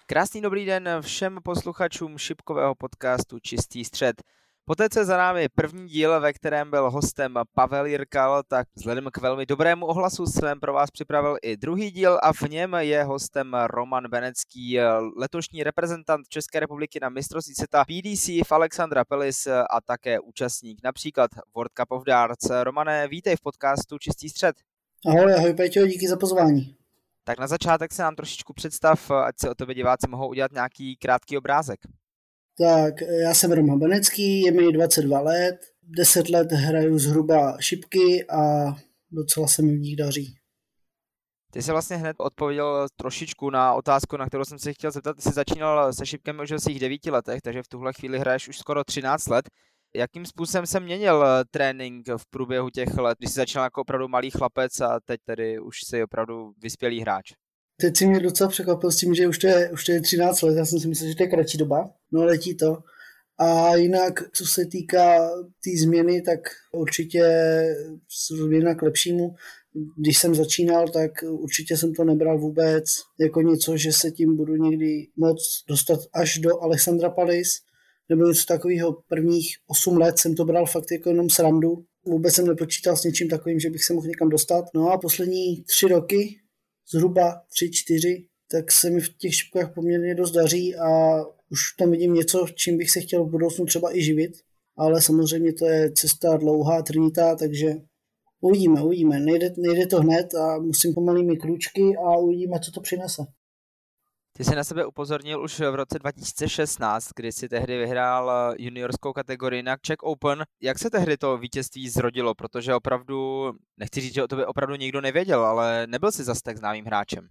Krásný dobrý den všem posluchačům šipkového podcastu Čistý střed. Poté, co je za námi první díl, ve kterém byl hostem Pavel Jirkal, tak vzhledem k velmi dobrému ohlasu jsem pro vás připravil i druhý díl a v něm je hostem Roman Benecký, letošní reprezentant České republiky na mistrovství světa PDC v Alexandra Palace a také účastník například World Cup of Darts. Romane, vítej v podcastu Čistý střed. Ahoj Peťo, díky za pozvání. Tak na začátek se nám trošičku představ, ať se o tebe diváci mohou udělat nějaký krátký obrázek. Tak, já jsem Roman Benecký, je mi 22 let, 10 let hraju zhruba šipky a docela se mi v nich daří. Ty jsi vlastně hned odpověděl trošičku na otázku, na kterou jsem se chtěl zeptat. Ty jsi začínal se šipkem už v svých 9 letech, takže v tuhle chvíli hraješ už skoro 13 let. Jakým způsobem se měnil trénink v průběhu těch let, když jsi začínal jako opravdu malý chlapec a teď tedy už jsi opravdu vyspělý hráč? Teď si mě docela překvapil s tím, že už to je 13 let, já jsem si myslel, že to je kratší doba, no letí to. A jinak, co se týká té změny, tak určitě změna k lepšímu. Když jsem začínal, tak určitě jsem to nebral vůbec jako něco, že se tím budu někdy moc dostat až do Alexandra Palace, nebo něco takového. Prvních 8 let jsem to bral fakt jako jenom srandu. Vůbec jsem nepočítal s něčím takovým, že bych se mohl někam dostat. No a poslední 3 roky, zhruba 3-4, tak se mi v těch šipkách poměrně dost daří a už tam vidím něco, čím bych se chtěl v budoucnu třeba i živit. Ale samozřejmě to je cesta dlouhá, trnitá, takže uvidíme. Nejde to hned a musím pomalými krůčky a uvidíme, co to přinese. Ty jsi na sebe upozornil už v roce 2016, kdy jsi tehdy vyhrál juniorskou kategorii na Czech Open. Jak se tehdy to vítězství zrodilo? Protože opravdu, nechci říct, že o tobě opravdu nikdo nevěděl, ale nebyl jsi zas tak známým hráčem.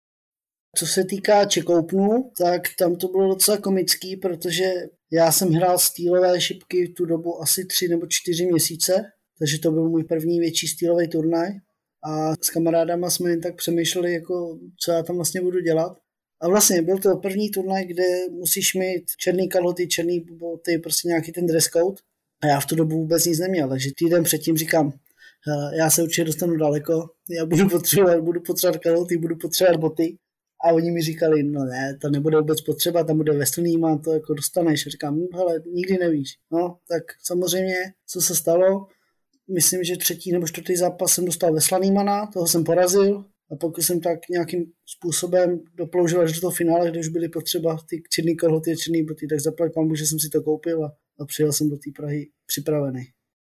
Co se týká Czech Openu, tak tam to bylo docela komický, protože já jsem hrál stýlové šipky v tu dobu asi 3 nebo 4 měsíce, takže to byl můj první větší stýlový turnaj a s kamarádama jsme jen tak přemýšleli, jako, co já tam vlastně budu dělat. A vlastně byl to první turnaj, kde musíš mít černý kalhoty, černý boty, prostě nějaký ten dress code. A já v tu dobu vůbec nic neměl, takže týden předtím říkám, já se určitě dostanu daleko, já budu potřebovat kalhoty, budu potřebovat boty. A oni mi říkali, no ne, to nebude vůbec potřeba, tam bude veslnýma, to jako dostaneš. A říkám, hele, nikdy nevíš. No, tak samozřejmě, co se stalo, myslím, že 3. nebo 4. zápas jsem dostal veslanýmana, toho jsem porazil. A pokud jsem tak nějakým způsobem doploužil až do toho finále, kde už byly potřeba ty černý kalhoty a černý boty, tak zaplať pánbůh, že jsem si to koupil a přijel jsem do té Prahy připravený.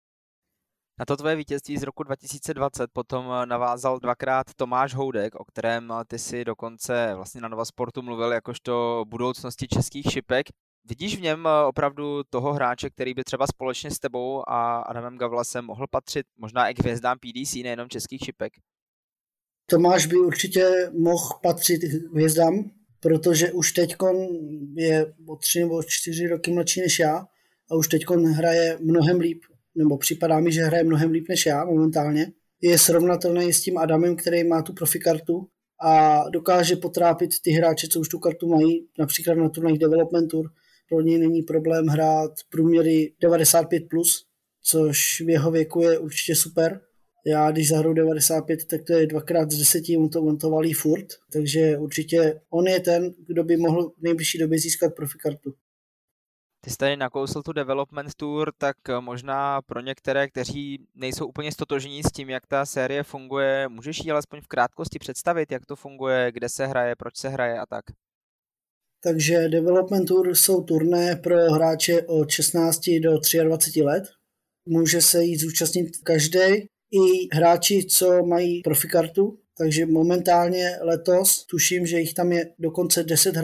Na to tvoje vítězství z roku 2020 potom navázal 2krát Tomáš Houdek, o kterém ty si dokonce vlastně na Nova Sportu mluvil jakožto budoucnosti českých šipek. Vidíš v něm opravdu toho hráče, který by třeba společně s tebou a Adamem Gavlasem mohl patřit možná i k hvězdám PDC, nejenom českých šipek? Tomáš by určitě mohl patřit k hvězdám, protože už teďkon je o 3 nebo 4 roky mladší než já a už teďkon hraje mnohem líp, nebo připadá mi, že hraje mnohem líp než já momentálně. Je srovnatelný s tím Adamem, který má tu profikartu a dokáže potrápit ty hráče, co už tu kartu mají, například na turnajích Development Tour. Pro něj není problém hrát průměry 95+, což v jeho věku je určitě super. Já když zahraju 95, tak to je 2x10, on to valí furt, takže určitě on je ten, kdo by mohl v nejbližší době získat profikartu. Ty jsi tady nakousl tu Development Tour, tak možná pro některé, kteří nejsou úplně stotožní s tím, jak ta série funguje, můžeš jí alespoň v krátkosti představit, jak to funguje, kde se hraje, proč se hraje a tak? Takže Development Tour jsou turné pro hráče od 16 do 23 let. Může se jí zúčastnit každý, i hráči, co mají profikartu, takže momentálně letos tuším, že jich tam je dokonce 10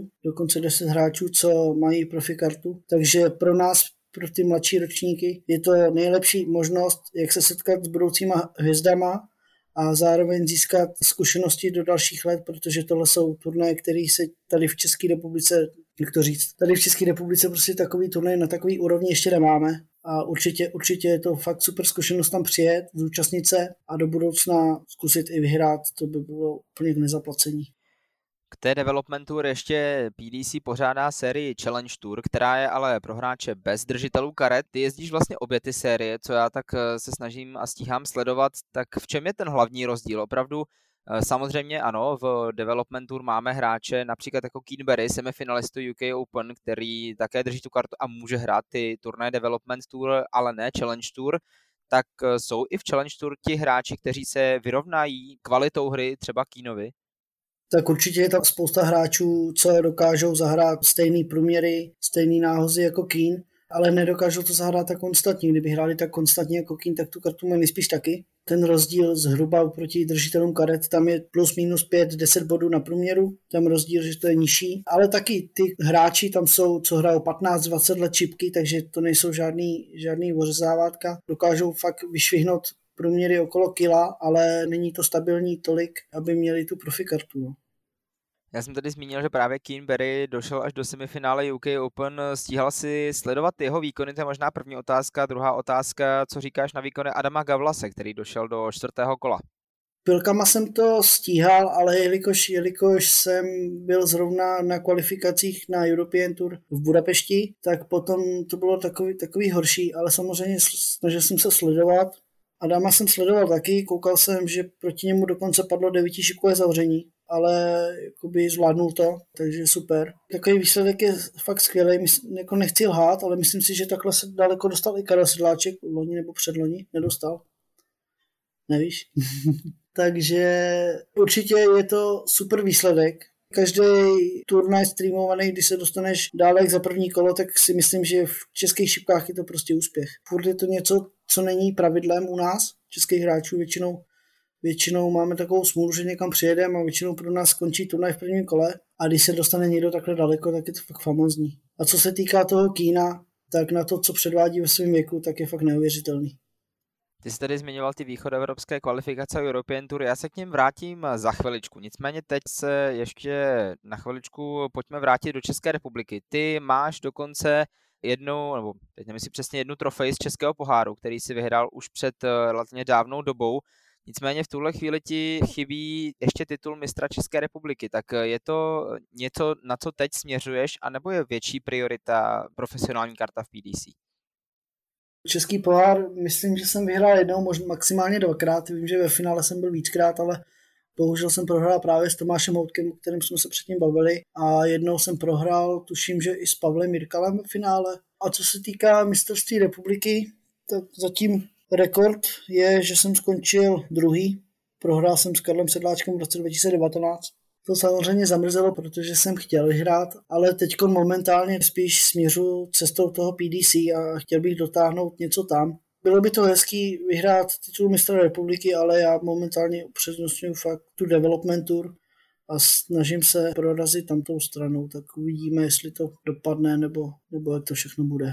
hráčů, co mají profikartu, takže pro nás, pro ty mladší ročníky, je to nejlepší možnost, jak se setkat s budoucíma hvězdama a zároveň získat zkušenosti do dalších let, protože tohle jsou turnaje, které se tady v České republice, tady v České republice prostě takový turnaj na takový úrovni ještě nemáme. A určitě je to fakt super zkušenost tam přijet, zúčastnit se a do budoucna zkusit i vyhrát, to by bylo úplně k nezaplacení. K té Development Tour ještě PDC pořádá sérii Challenge Tour, která je ale pro hráče bez držitelů karet. Ty jezdíš vlastně obě ty série, co já tak se snažím a stíhám sledovat, tak v čem je ten hlavní rozdíl? Opravdu Samozřejmě ano, v Development Tour máme hráče například jako Keane Barry, semifinalistu UK Open, který také drží tu kartu a může hrát ty turnaje Development Tour, ale ne Challenge Tour. Tak jsou i v Challenge Tour ti hráči, kteří se vyrovnají kvalitou hry třeba Keanovi? Tak určitě je tam spousta hráčů, co dokážou zahrát stejný průměry, stejný náhozy jako Keane, ale nedokážou to zahrát tak konstantně. Kdyby hráli tak konstantně jako Keane, tak tu kartu mají nejspíš taky. Ten rozdíl zhruba proti držitelům karet, tam je plus minus 5-10 bodů na průměru, tam rozdíl, že to je nižší, ale taky ty hráči tam jsou, co hrajou 15-20 let čipky, takže to nejsou žádný ořezávátka, dokážou fakt vyšvihnout průměry okolo kila, ale není to stabilní tolik, aby měli tu profi kartu. No. Já jsem tady zmínil, že právě Keane Barry došel až do semifinále UK Open. Stíhal si sledovat jeho výkony? To je možná první otázka. Druhá otázka, co říkáš na výkony Adama Gavlase, který došel do 4. kola? Chvilkama jsem to stíhal, ale jelikož jsem byl zrovna na kvalifikacích na European Tour v Budapešti, tak potom to bylo takový horší, ale samozřejmě snažil jsem se sledovat. Adama jsem sledoval taky, koukal jsem, že proti němu dokonce padlo 9šipkové zavření, ale jakoby zvládnul to, takže super. Takový výsledek je fakt skvělý, jako nechci lhát, ale myslím si, že takhle se daleko dostal i Karel Sedláček, loni nebo předloni, nedostal. Nevíš? Takže určitě je to super výsledek. Každý turnaj streamovaný, když se dostaneš dále za první kolo, tak si myslím, že v českých šipkách je to prostě úspěch. Furt je to něco, co není pravidlem u nás, českých hráčů. Většinou máme takovou smůlu, že někam přijedeme a většinou pro nás skončí turnaj v prvním kole. A když se dostane někdo takhle daleko, tak je to fakt famózní. A co se týká toho Keana, tak na to, co předvádí ve svém věku, tak je fakt neuvěřitelný. Ty jsi tady zmiňoval ty východoevropské kvalifikace European Tour, já se k ním vrátím za chviličku. Nicméně teď se ještě na chviličku pojďme vrátit do České republiky. Ty máš dokonce jednu, nebo teď nevím si přesně jednu trofej z Českého poháru, který si vyhrál už před relativně dávnou dobou. Nicméně v tuhle chvíli ti chybí ještě titul mistra České republiky. Tak je to něco, na co teď směřuješ, anebo je větší priorita profesionální karta v PDC? Český pohár, myslím, že jsem vyhrál jednou, možná maximálně dvakrát. Vím, že ve finále jsem byl víckrát, ale bohužel jsem prohrál právě s Tomášem Houtkem, o kterém jsme se předtím bavili. A jednou jsem prohrál, tuším, že i s Pavlem Jirkalem v finále. A co se týká mistrovství republiky, tak zatím rekord je, že jsem skončil druhý. Prohrál jsem s Karlem Sedláčkem v roce 2019. To samozřejmě zamrzelo, protože jsem chtěl vyhrát, ale teď momentálně spíš směřu cestou toho PDC a chtěl bych dotáhnout něco tam. Bylo by to hezký vyhrát titul mistra republiky, ale já momentálně upřednostňuji fakt tu Development Tour a snažím se prorazit tamtou stranou, tak uvidíme, jestli to dopadne nebo jak to všechno bude.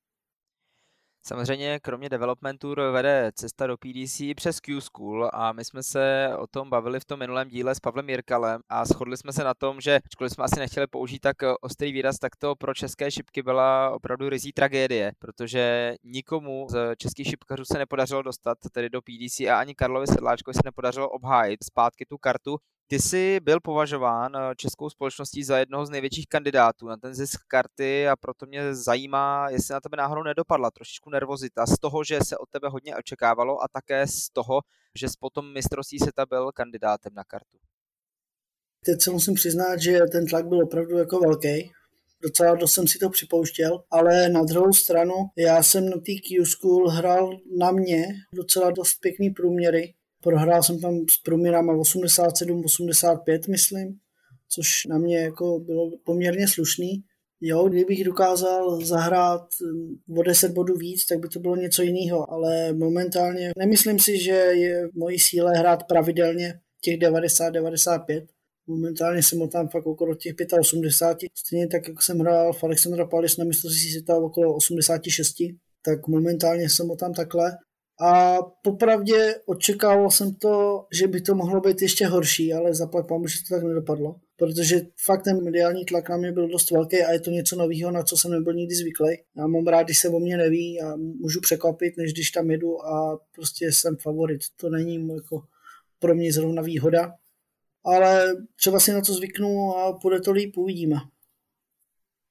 Samozřejmě kromě Development Tour vede cesta do PDC přes Q-School a my jsme se o tom bavili v tom minulém díle s Pavlem Jirkalem a shodli jsme se na tom, že ačkoliv jsme asi nechtěli použít tak ostrý výraz, tak to pro české šipky byla opravdu rizí tragédie, protože nikomu z českých šipkařů se nepodařilo dostat tedy do PDC a ani Karlovi Sedláčkovi se nepodařilo obhájit zpátky tu kartu. Ty jsi byl považován českou společností za jednoho z největších kandidátů na ten zisk karty a proto mě zajímá, jestli na tebe náhodou nedopadla trošičku nervozita z toho, že se od tebe hodně očekávalo a také z toho, že jsi potom mistrovství světa byl kandidátem na kartu. Teď se musím přiznat, že ten tlak byl opravdu jako velký. Docela dost jsem si to připouštěl, ale na druhou stranu já jsem na té Q-School hrál na mě docela dost pěkný průměry. Prohrál jsem tam s průměrama 87-85, myslím, což na mě jako bylo poměrně slušný. Jo, kdybych dokázal zahrát o 10 bodů víc, tak by to bylo něco jiného, ale momentálně nemyslím si, že je v mojí síle hrát pravidelně těch 90-95. Momentálně jsem tam fakt okolo těch 85. Stejně tak, jako jsem hrál v Alexandra Palace na mistrovství světa okolo 86, tak momentálně jsem tam takhle. A popravdě očekával jsem to, že by to mohlo být ještě horší, ale zaplať pámu, že to tak nedopadlo. Protože fakt ten mediální tlak na mě byl dost velký a je to něco nového, na co jsem nebyl nikdy zvyklý. Já mám rád, když se o mě neví a můžu překvapit, než když tam jedu a prostě jsem favorit. To není jako pro mě zrovna výhoda. Ale třeba si na to zvyknu a půjde to líp, uvidíme.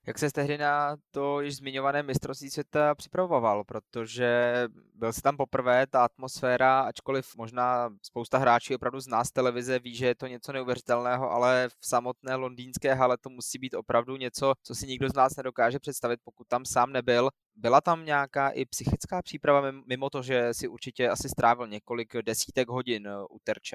Jak se tehdy na to již zmiňované mistrovství světa připravoval, protože byl jsi tam poprvé, ta atmosféra, ačkoliv možná spousta hráčů opravdu zná z televize, ví, že je to něco neuvěřitelného, ale v samotné londýnské hale to musí být opravdu něco, co si nikdo z nás nedokáže představit, pokud tam sám nebyl. Byla tam nějaká i psychická příprava, mimo to, že si určitě asi strávil několik desítek hodin u terče?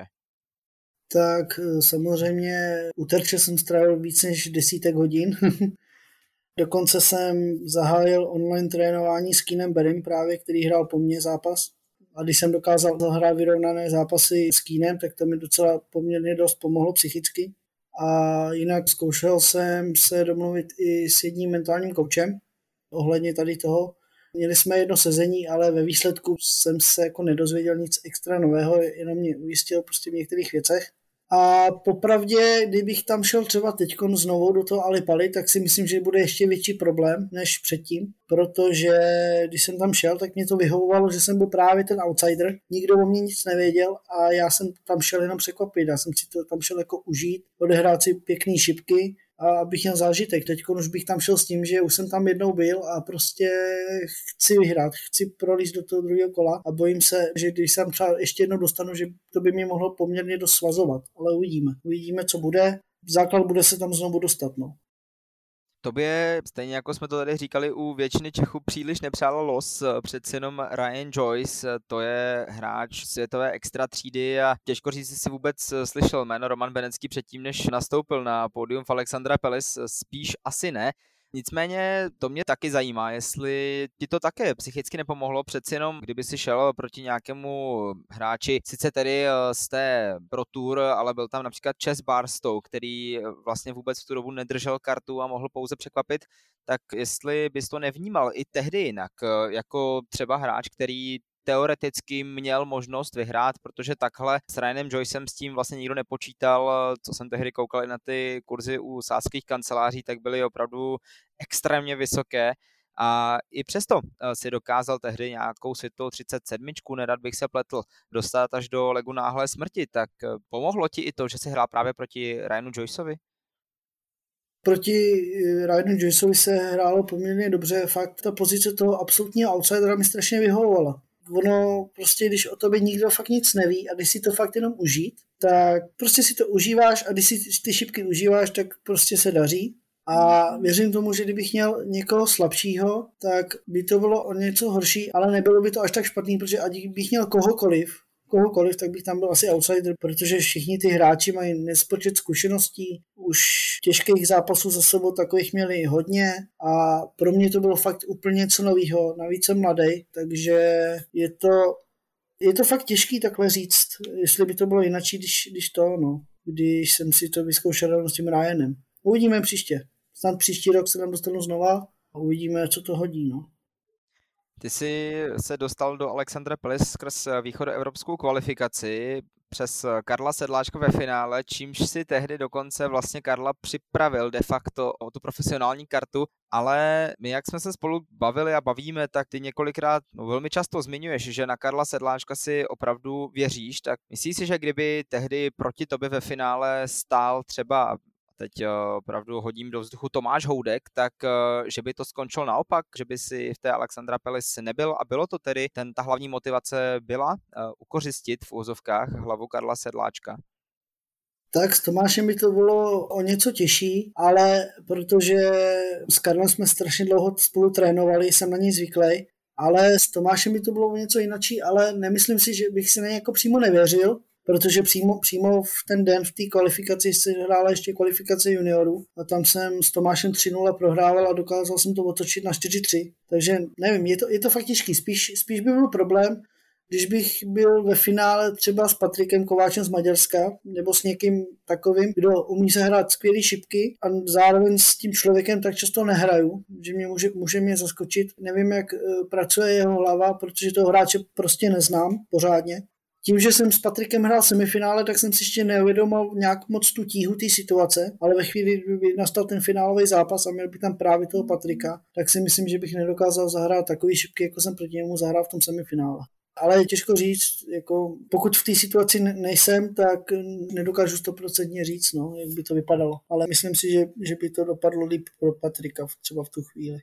Tak samozřejmě u terče jsem strávil víc než desítek hodin. Dokonce jsem zahájil online trénování s Keenem Berrym právě, který hrál po mně zápas. A když jsem dokázal zahrát vyrovnané zápasy s Keenem, tak to mi docela poměrně dost pomohlo psychicky. A jinak zkoušel jsem se domluvit i s jedním mentálním koučem ohledně tady toho. Měli jsme jedno sezení, ale ve výsledku jsem se jako nedozvěděl nic extra nového, jenom mě ujistil prostě v některých věcech. A popravdě, kdybych tam šel třeba teďkon znovu do toho Alipali, tak si myslím, že bude ještě větší problém než předtím, protože když jsem tam šel, tak mě to vyhovovalo, že jsem byl právě ten outsider, nikdo o mě nic nevěděl a já jsem tam šel jenom překvapit, já jsem si to tam šel jako užít, odehrát si pěkný šipky a abych měl zážitek. Teď už bych tam šel s tím, že už jsem tam jednou byl a prostě chci vyhrát, chci prolízt do toho druhého kola a bojím se, že když jsem třeba ještě jednou dostanu, že to by mě mohlo poměrně dost svazovat, ale uvidíme. Uvidíme, co bude. Základ bude se tam znovu dostat, no. Tobě, stejně jako jsme to tady říkali u většiny Čechů, příliš nepřálo los, přeci jenom Ryan Joyce, to je hráč světové extra třídy a těžko říct, jestli si vůbec slyšel jméno Roman Benecký předtím, než nastoupil na pódium v Alexandra Palace, spíš asi ne. Nicméně to mě taky zajímá, jestli ti to také psychicky nepomohlo, přeci jenom kdyby si šel proti nějakému hráči, sice tedy z té Pro Tour, ale byl tam například Chess Barstow, který vlastně vůbec v tu dobu nedržel kartu a mohl pouze překvapit, tak jestli bys to nevnímal i tehdy jinak, jako třeba hráč, který teoreticky měl možnost vyhrát, protože takhle s Ryanem Joycem s tím vlastně nikdo nepočítal, co jsem tehdy koukal i na ty kurzy u sázkových kanceláří, tak byly opravdu extrémně vysoké a i přesto si dokázal tehdy nějakou světovou 37, nerad bych se pletl, dostat až do legu náhlé smrti, tak pomohlo ti i to, že jsi hrál právě proti Ryanu Joyceovi? Proti Ryanu Joyceovi se hrálo poměrně dobře, fakt ta pozice toho absolutního outsidera mi strašně vyhovovala. Ono prostě, když o tobě nikdo fakt nic neví a když si to fakt jenom užít, tak prostě si to užíváš a když si ty šipky užíváš, tak prostě se daří. A věřím tomu, že kdybych měl někoho slabšího, tak by to bylo o něco horší, ale nebylo by to až tak špatný, protože ať bych měl kohokoliv, tak bych tam byl asi outsider, protože všichni ty hráči mají nespočet zkušeností, už těžkých zápasů za sebou takových měli hodně a pro mě to bylo fakt úplně něco novýho, navíc jsem mladý, takže je to fakt těžký takhle říct, jestli by to bylo jinak, když jsem si to vyzkoušel s tím Ryanem. Uvidíme příště. Snad příští rok se tam dostanu znova a uvidíme, co to hodí, no. Ty jsi se dostal do Alexandra Palace skrz východoevropskou kvalifikaci přes Karla Sedláčka ve finále, čímž si tehdy dokonce vlastně Karla připravil de facto o tu profesionální kartu, ale my, jak jsme se spolu bavili a bavíme, tak ty několikrát, velmi často zmiňuješ, že na Karla Sedláčka si opravdu věříš, tak myslíš si, že kdyby tehdy proti tobě ve finále stál třeba, teď opravdu hodím do vzduchu, Tomáš Houdek, tak že by to skončilo naopak, že by si v té Alexandra Palace nebyl a bylo to tedy, ta hlavní motivace byla ukořistit v úzovkách hlavu Karla Sedláčka? Tak s Tomášem by to bylo o něco těžší, ale protože s Karlem jsme strašně dlouho spolu trénovali, jsem na něj zvyklý, ale s Tomášem by to bylo o něco jinačí, ale nemyslím si, že bych si na něj jako přímo nevěřil, protože přímo v ten den v té kvalifikaci se hrála ještě kvalifikace juniorů a tam jsem s Tomášem 3-0 prohrával a dokázal jsem to otočit na 4-3. Takže nevím, je to fakt těžký. Spíš by byl problém, když bych byl ve finále třeba s Patrikem Kováčem z Maďarska nebo s někým takovým, kdo umí se hrát skvělý šipky a zároveň s tím člověkem tak často nehraju, že mě může mě zaskočit. Nevím, jak pracuje jeho hlava, protože toho hráče prostě neznám pořádně. Tím, že jsem s Patrikem hrál semifinále, tak jsem si ještě neuvědomil nějak moc tu tíhu té situace, ale ve chvíli, kdy nastal ten finálový zápas a měl by tam právě toho Patrika, tak si myslím, že bych nedokázal zahrát takový šipky, jako jsem proti němu zahrál v tom semifinále. Ale je těžko říct, jako pokud v té situaci nejsem, tak nedokážu 100% říct, no, jak by to vypadalo. Ale myslím si, že by to dopadlo líp pro Patrika třeba v tu chvíli.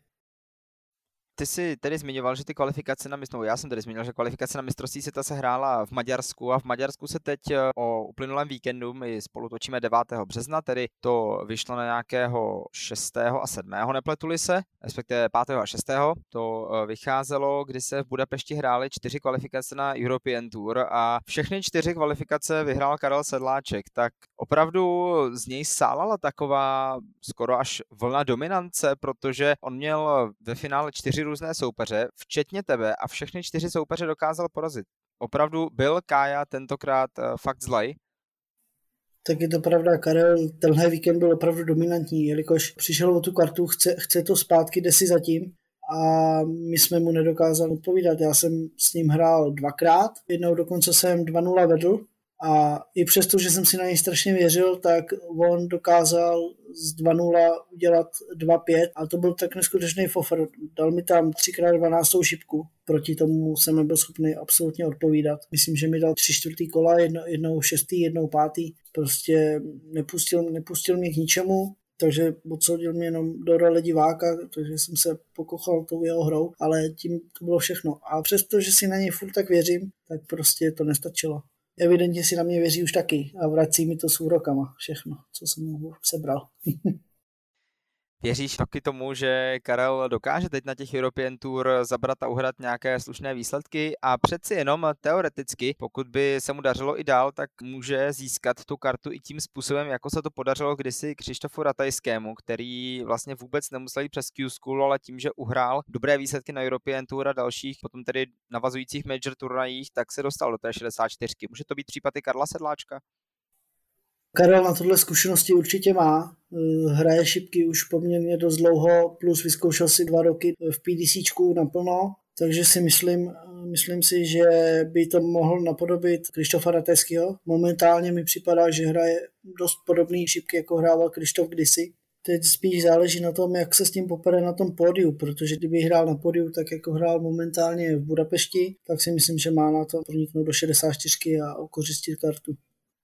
Ty jsi tedy zmiňoval, že ty kvalifikace na mistrovství, já jsem tedy zmínil, že kvalifikace na mistrovství světa se hrála v Maďarsku a v Maďarsku se teď o uplynulém víkendu, my spolu točíme 9. března, tedy to vyšlo na nějakého 6. a 7. nepletuli se, respektive 5. a 6. to vycházelo, kdy se v Budapešti hrály 4 kvalifikace na European Tour a všechny 4 kvalifikace vyhrál Karel Sedláček, tak opravdu z něj sálala taková skoro až vlna dominance, protože on měl ve finále 4 různé soupeře, včetně tebe, a všechny 4 soupeře dokázal porazit. Opravdu byl Kája tentokrát fakt zlej? Tak je to pravda, Karel tenhle víkend byl opravdu dominantní, jelikož přišel o tu kartu, chce to zpátky, jde si zatím a my jsme mu nedokázali odpovídat. Já jsem s ním hrál 2krát, jednou dokonce jsem 2-0 vedl a i přesto, že jsem si na něj strašně věřil, tak on dokázal z 2-0 udělat 2-5 a to byl tak neskutečný fofr. Dal mi tam 3x12 šipku, proti tomu jsem nebyl schopný absolutně odpovídat. Myslím, že mi dal 3/4 kola, jednou 6., jednou 5. Prostě nepustil mě k ničemu, takže odsoudil mě jenom do role diváka, takže jsem se pokochal tou jeho hrou, ale tím to bylo všechno. A přesto, že si na něj furt tak věřím, tak prostě to nestačilo. Evidentně si na mě věří už taky a vrací mi to s úrokama všechno, co jsem mu sebral. Věříš taky tomu, že Karel dokáže teď na těch European Tour zabrat a uhrát nějaké slušné výsledky a přeci jenom teoreticky, pokud by se mu dařilo i dál, tak může získat tu kartu i tím způsobem, jako se to podařilo kdysi Krištofu Ratajskému, který vlastně vůbec nemusel jít přes Q-School, ale tím, že uhrál dobré výsledky na European Tour a dalších, potom tedy navazujících major turnajích, tak se dostal do té 64. Může to být případ i Karla Sedláčka? Karel na tohle zkušenosti určitě má. Hraje šipky už poměrně dost dlouho, plus vyzkoušel si 2 roky v PDCčku naplno, takže si myslím si, že by to mohl napodobit Krištofa Ratajského. Momentálně mi připadá, že hraje dost podobný šipky, jako hrával Krištof kdysi. Teď spíš záleží na tom, jak se s tím popere na tom pódiu, protože kdyby hrál na pódiu tak, jako hrál momentálně v Budapešti, tak si myslím, že má na to proniknout do 64 a okořistit kartu.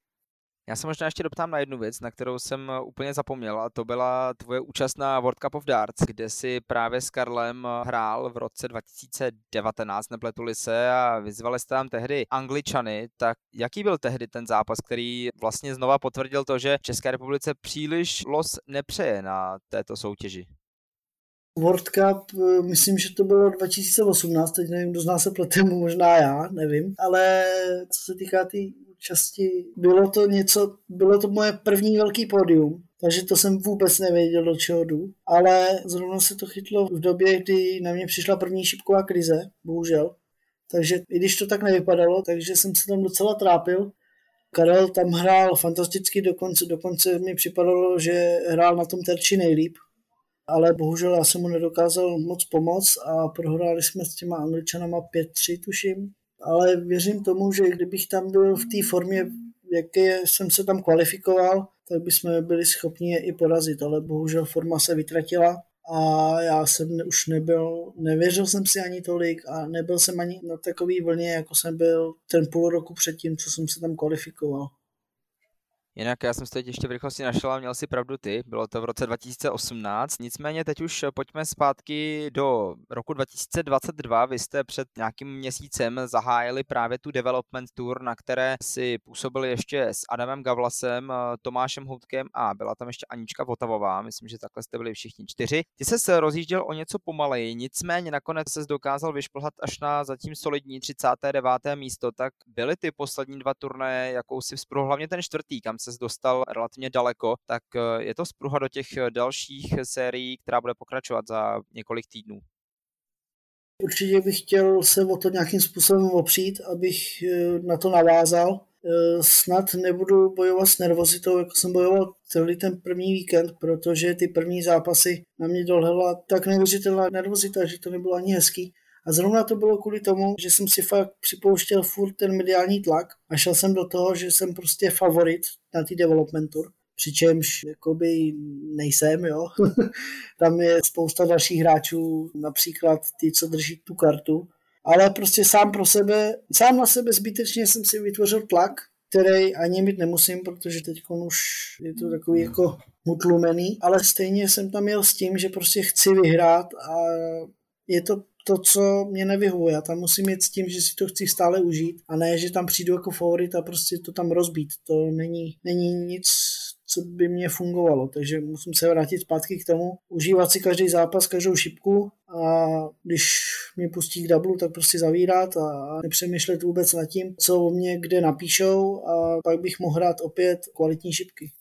Já se možná ještě doptám na jednu věc, na kterou jsem úplně zapomněl, a to byla tvoje účast na World Cup of Darts, kde si právě s Karlem hrál v roce 2019, nepletuli se, a vyzvali jste tam tehdy Angličany. Tak jaký byl tehdy ten zápas, který vlastně znova potvrdil to, že České republice příliš los nepřeje na této soutěži? World Cup, myslím, že to bylo 2018, teď nevím, kdo z nás se plete, možná já, nevím, ale co se týká té účasti, bylo to moje první velký pódium, takže to jsem vůbec nevěděl, do čeho jdu, ale zrovna se to chytlo v době, kdy na mě přišla první šipková krize, bohužel, takže i když to tak nevypadalo, takže jsem se tam docela trápil. Karel tam hrál fantasticky, dokonce mi připadalo, že hrál na tom terči nejlíp, ale bohužel já jsem mu nedokázal moc pomoct a prohráli jsme s těma Angličanama 5-3, tuším. Ale věřím tomu, že kdybych tam byl v té formě, jaké jsem se tam kvalifikoval, tak bychom byli schopni je i porazit, ale bohužel forma se vytratila a já jsem už nevěřil jsem si ani tolik a nebyl jsem ani na takový vlně, jako jsem byl ten půl roku předtím, co jsem se tam kvalifikoval. Jinak já jsem se teď ještě v rychlosti našel a měl si pravdu ty, bylo to v roce 2018, nicméně teď už pojďme zpátky do roku 2022, vy jste před nějakým měsícem zahájili právě tu Development Tour, na které si působili ještě s Adamem Gavlasem, Tomášem Houtkem a byla tam ještě Anička Votavová, myslím, že takhle jste byli všichni 4. Ty ses rozjížděl o něco pomaleji, nicméně nakonec ses dokázal vyšplhat až na zatím solidní 39. místo, tak byly ty poslední 2 turnaje jakousi vzpruhu, hlavně ten 4., kam se dostal relativně daleko, tak je to spruha do těch dalších sérií, která bude pokračovat za několik týdnů. Určitě bych chtěl se o to nějakým způsobem opřít, abych na to navázal. Snad nebudu bojovat s nervozitou, jako jsem bojoval celý ten první víkend, protože ty první zápasy na mě dolehla tak neuvěřitelná nervozita, že to nebylo ani hezký. A zrovna to bylo kvůli tomu, že jsem si fakt připouštěl furt ten mediální tlak a šel jsem do toho, že jsem prostě favorit na té Development Tour, přičemž jakoby nejsem, jo. Tam je spousta dalších hráčů, například ty, co drží tu kartu. ale prostě sám na sebe zbytečně jsem si vytvořil tlak, který ani mít nemusím, protože teď už je to takový jako utlumený, ale stejně jsem tam jel s tím, že prostě chci vyhrát a je to to, co mě nevyhovuje. Já tam musím jít s tím, že si to chci stále užít a ne, že tam přijdu jako favorit a prostě to tam rozbít. To není nic, co by mě fungovalo, takže musím se vrátit zpátky k tomu, užívat si každý zápas, každou šipku a když mě pustí k dublu, tak prostě zavírat a nepřemýšlet vůbec nad tím, co o mě kde napíšou a pak bych mohl hrát opět kvalitní šipky.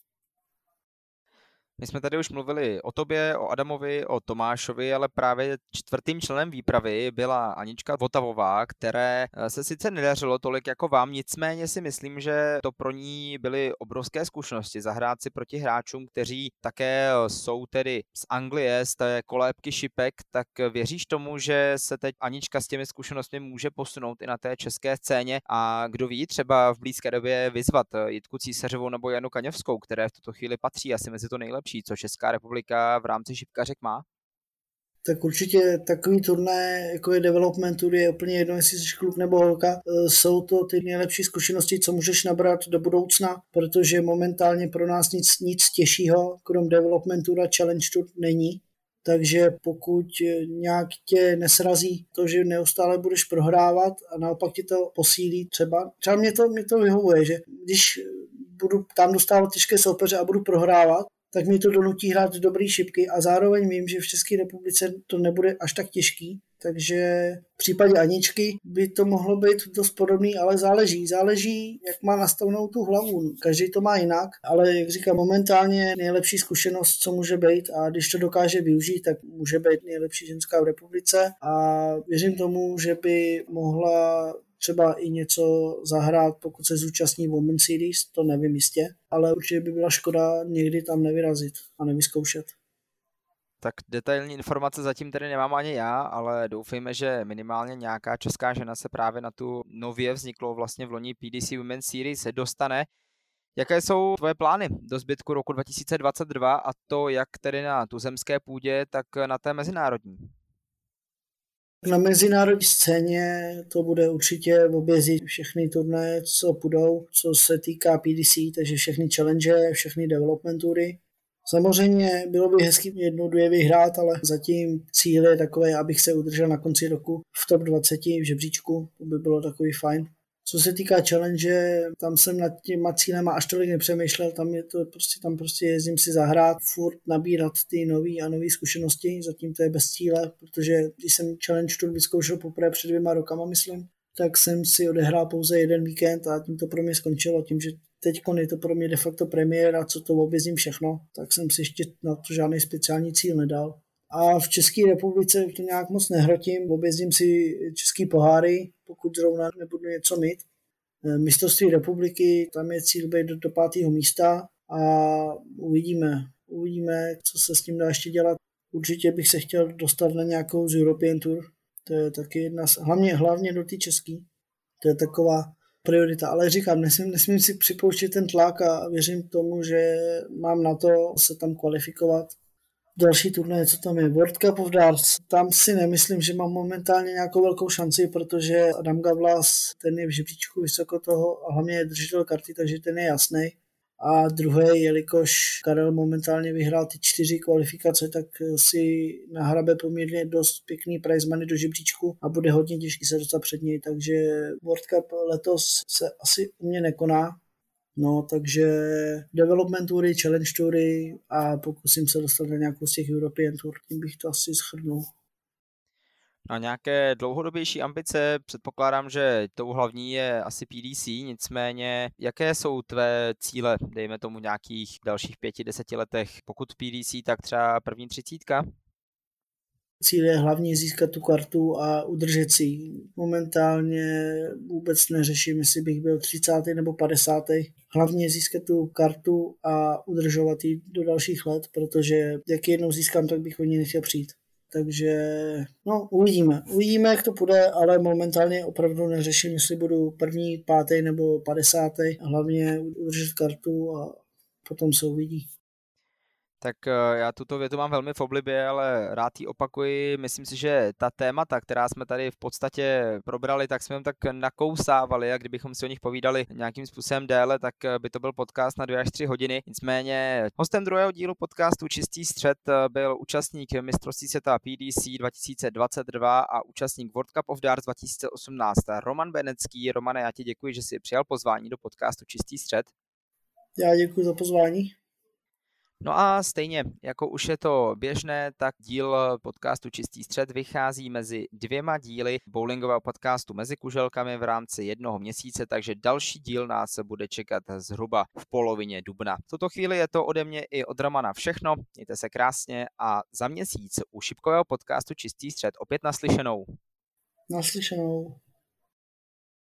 My jsme tady už mluvili o tobě, o Adamovi, o Tomášovi, ale právě čtvrtým členem výpravy byla Anička Votavová, které se sice nedařilo tolik jako vám, nicméně si myslím, že to pro ní byly obrovské zkušenosti zahrát si proti hráčům, kteří také jsou tedy z Anglie, z té kolébky šipek, tak věříš tomu, že se teď Anička s těmi zkušenostmi může posunout i na té české scéně a kdo ví, třeba v blízké době vyzvat Jitku Císařovou nebo Janu Kaňovskou, které v tuto chvíli patří asi mezi to nejlepší, co Česká republika v rámci šipkařek má? Tak určitě takový turné, jako je Development Tour, je úplně jedno, jestli jsi kluk nebo holka. Jsou to ty nejlepší zkušenosti, co můžeš nabrat do budoucna, protože momentálně pro nás nic těžšího, krom Development Tour a Challenge Tour není. Takže pokud nějak tě nesrazí to, že neustále budeš prohrávat a naopak ti to posílí třeba mě to vyhovuje, že když budu tam dostávat těžké soupeře a budu prohrávat, tak mi to donutí hrát dobrý šipky a zároveň vím, že v České republice to nebude až tak těžký, takže v případě Aničky by to mohlo být dost podobný, ale záleží, jak má nastavenou tu hlavu. Každý to má jinak, ale jak říkám, momentálně nejlepší zkušenost, co může být a když to dokáže využít, tak může být nejlepší ženská v republice a věřím tomu, že by mohla třeba i něco zahrát, pokud se zúčastní Women's Series, to nevím jistě, ale určitě by byla škoda někdy tam nevyrazit a nevyzkoušet. Tak detailní informace zatím tedy nemám ani já, ale doufejme, že minimálně nějaká česká žena se právě na tu nově vzniklou vlastně v loni PDC Women's Series dostane. Jaké jsou tvoje plány do zbytku roku 2022 a to jak tedy na tuzemské půdě, tak na té mezinárodní? Na mezinárodní scéně to bude určitě objezdit všechny turnaje, co půjdou, co se týká PDC, takže všechny challenge, všechny development tury. Samozřejmě bylo by hezky 1-2 vyhrát, ale zatím cíl je takový, abych se udržel na konci roku v top 20 v žebříčku, to by bylo takový fajn. Co se týká challenge, tam jsem nad těma cílema až tolik nepřemýšlel, tam prostě jezdím si zahrát, furt nabírat ty nový zkušenosti, zatím to je bez cíle, protože když jsem Challenge Tour vyzkoušel poprvé před 2 rokama, myslím, tak jsem si odehrál pouze jeden víkend a tím to pro mě skončilo, tím, že teď je to pro mě de facto premiéra, co to objezdím všechno, tak jsem si ještě na to žádný speciální cíl nedal. A v České republice to nějak moc nehrotím, objezdím si český poháry, pokud zrovna nebudu něco mít. Mistrovství republiky, tam je cíl být do 5. místa a uvidíme, co se s tím dá ještě dělat. Určitě bych se chtěl dostat na nějakou z European Tour, to je taky jedna hlavně do té český, to je taková priorita, ale říkám, nesmím si připouštět ten tlak a věřím tomu, že mám na to se tam kvalifikovat. Další turnaje, co tam je, World Cup of Darts, tam si nemyslím, že mám momentálně nějakou velkou šanci, protože Adam Gavlas, ten je v žebříčku vysoko toho a hlavně je držitel karty, takže ten je jasný. A druhý, jelikož Karel momentálně vyhrál ty 4 kvalifikace, tak si nahrabe poměrně dost pěkný prize money do žebříčku a bude hodně těžký se dostat před něj, takže World Cup letos se asi u mě nekoná. No, takže development tury, challenge tury a pokusím se dostat na nějakou z těch European Tour, tím bych to asi shrnul. No, nějaké dlouhodobější ambice, předpokládám, že tou hlavní je asi PDC, nicméně jaké jsou tvé cíle, dejme tomu nějakých dalších 5-10 letech, pokud PDC, tak třeba první 30? Cíl je hlavně získat tu kartu a udržet si ji. Momentálně vůbec neřeším, jestli bych byl 30. nebo 50. Hlavně získat tu kartu a udržovat ji do dalších let, protože jak jednou získám, tak bych o ní nechtěl přijít. Takže no, uvidíme, jak to půjde, ale momentálně opravdu neřeším, jestli budu první, 5. nebo 50. Hlavně udržet kartu a potom se uvidí. Tak já tuto větu mám velmi v oblibě, ale rád ji opakuji. Myslím si, že ta témata, která jsme tady v podstatě probrali, tak jsme jim tak nakousávali a kdybychom si o nich povídali nějakým způsobem déle, tak by to byl podcast na 2 až 3 hodiny. Nicméně hostem druhého dílu podcastu Čistý střed byl účastník mistrovství světa PDC 2022 a účastník World Cup of Darts 2018 Roman Benecký. Romane, já ti děkuji, že jsi přijal pozvání do podcastu Čistý střed. Já děkuji za pozvání. No a stejně, jako už je to běžné, tak díl podcastu Čistý střed vychází mezi 2 díly bowlingového podcastu Mezi kuželkami v rámci 1 měsíce, takže další díl nás bude čekat zhruba v polovině dubna. V tuto chvíli je to ode mě i od Romana všechno, mějte se krásně a za měsíc u šipkového podcastu Čistý střed opět naslyšenou. Naslyšenou.